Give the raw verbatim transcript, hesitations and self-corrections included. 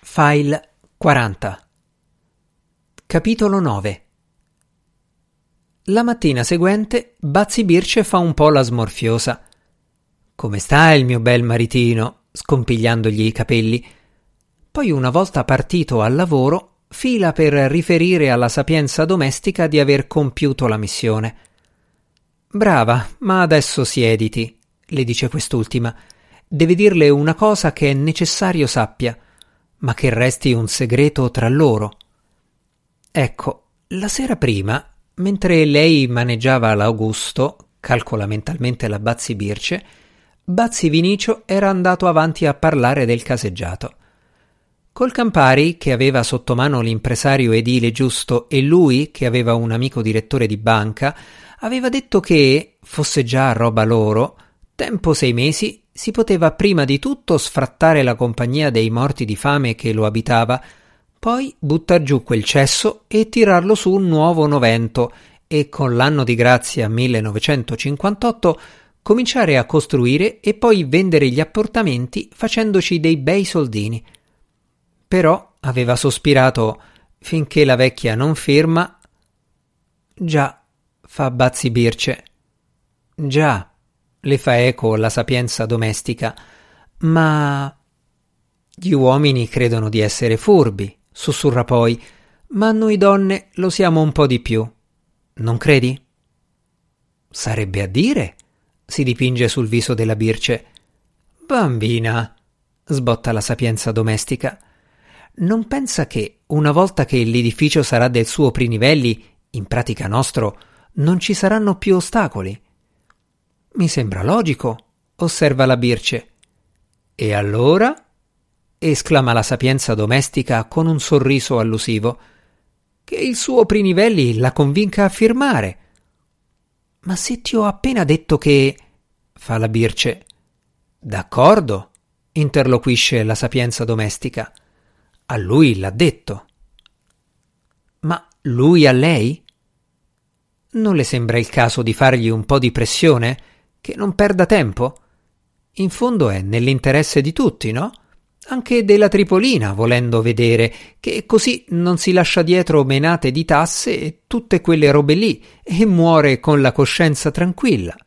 File quaranta. Capitolo nove. La mattina seguente Bazzi Birce fa un po' la smorfiosa. «Come sta il mio bel maritino?» scompigliandogli i capelli. Poi, una volta partito al lavoro, fila per riferire alla sapienza domestica di aver compiuto la missione. «Brava, ma adesso siediti», le dice quest'ultima. «Deve dirle una cosa che è necessario sappia, ma che resti un segreto tra loro». Ecco, la sera prima, mentre lei maneggiava l'Augusto, calcola mentalmente la Bazzi Birce, Bazzi Vinicio era andato avanti a parlare del caseggiato. Col Campari, che aveva sotto mano l'impresario edile Giusto, e lui, che aveva un amico direttore di banca, aveva detto che, fosse già roba loro, tempo sei mesi, si poteva prima di tutto sfrattare la compagnia dei morti di fame che lo abitava, poi buttar giù quel cesso e tirarlo su un nuovo novento e con l'anno di grazia millenovecentocinquantotto cominciare a costruire e poi vendere gli apportamenti facendoci dei bei soldini. Però aveva sospirato: finché la vecchia non firma. «Già», fa Bazzi Birce. «Già», le fa eco la sapienza domestica, «ma...» «Gli uomini credono di essere furbi», sussurra poi, «ma noi donne lo siamo un po' di più. Non credi?» «Sarebbe a dire», si dipinge sul viso della Birce. «Bambina», sbotta la sapienza domestica, «non pensa che, una volta che l'edificio sarà del suo Prinivelli, in pratica nostro, non ci saranno più ostacoli?» «Mi sembra logico», osserva la Birce. «E allora?» esclama la sapienza domestica con un sorriso allusivo. «Che il suo Prinivelli la convinca a firmare». «Ma se ti ho appena detto che...» fa la Birce. «D'accordo», interloquisce la sapienza domestica. «A lui l'ha detto». «Ma lui a lei?» «Non le sembra il caso di fargli un po' di pressione? Che non perda tempo? In fondo è nell'interesse di tutti, no? Anche della Tripolina, volendo vedere, che così non si lascia dietro menate di tasse e tutte quelle robe lì e muore con la coscienza tranquilla».